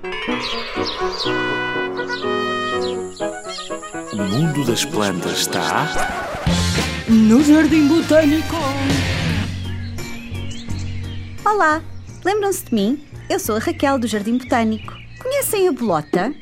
O mundo das plantas está no Jardim Botânico. Olá, lembram-se de mim? Eu sou a Raquel do Jardim Botânico. Conhecem a bolota?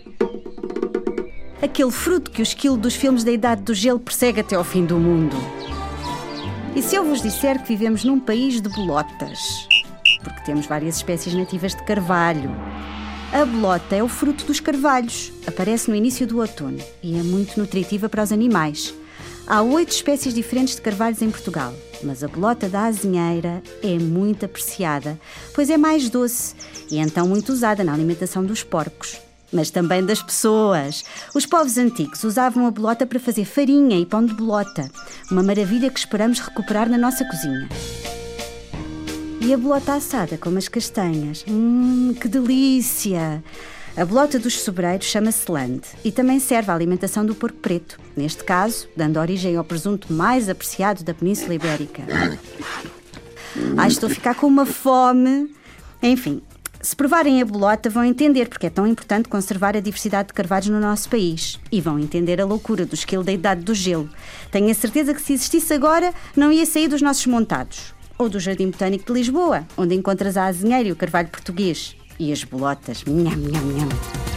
Aquele fruto que o esquilo dos filmes da Idade do Gelo persegue até ao fim do mundo. E se eu vos disser que vivemos num país de bolotas? Porque temos várias espécies nativas de carvalho. A bolota é o fruto dos carvalhos. Aparece no início do outono e é muito nutritiva para os animais. Há 8 espécies diferentes de carvalhos em Portugal, mas a bolota da azinheira é muito apreciada, pois é mais doce e é então muito usada na alimentação dos porcos, mas também das pessoas. Os povos antigos usavam a bolota para fazer farinha e pão de bolota, uma maravilha que esperamos recuperar na nossa cozinha. E a bolota assada com umas castanhas, que delícia! A bolota dos sobreiros chama-se lande e também serve à alimentação do porco preto, neste caso, dando origem ao presunto mais apreciado da Península Ibérica. Estou a ficar com uma fome. Enfim, se provarem a bolota vão entender porque é tão importante conservar a diversidade de carvalhos no nosso país e vão entender a loucura do esquilo da Idade do Gelo. Tenho a certeza que se existisse agora não ia sair dos nossos montados. Ou do Jardim Botânico de Lisboa, onde encontras a azinheira e o carvalho português. E as bolotas, nham, nham, nham.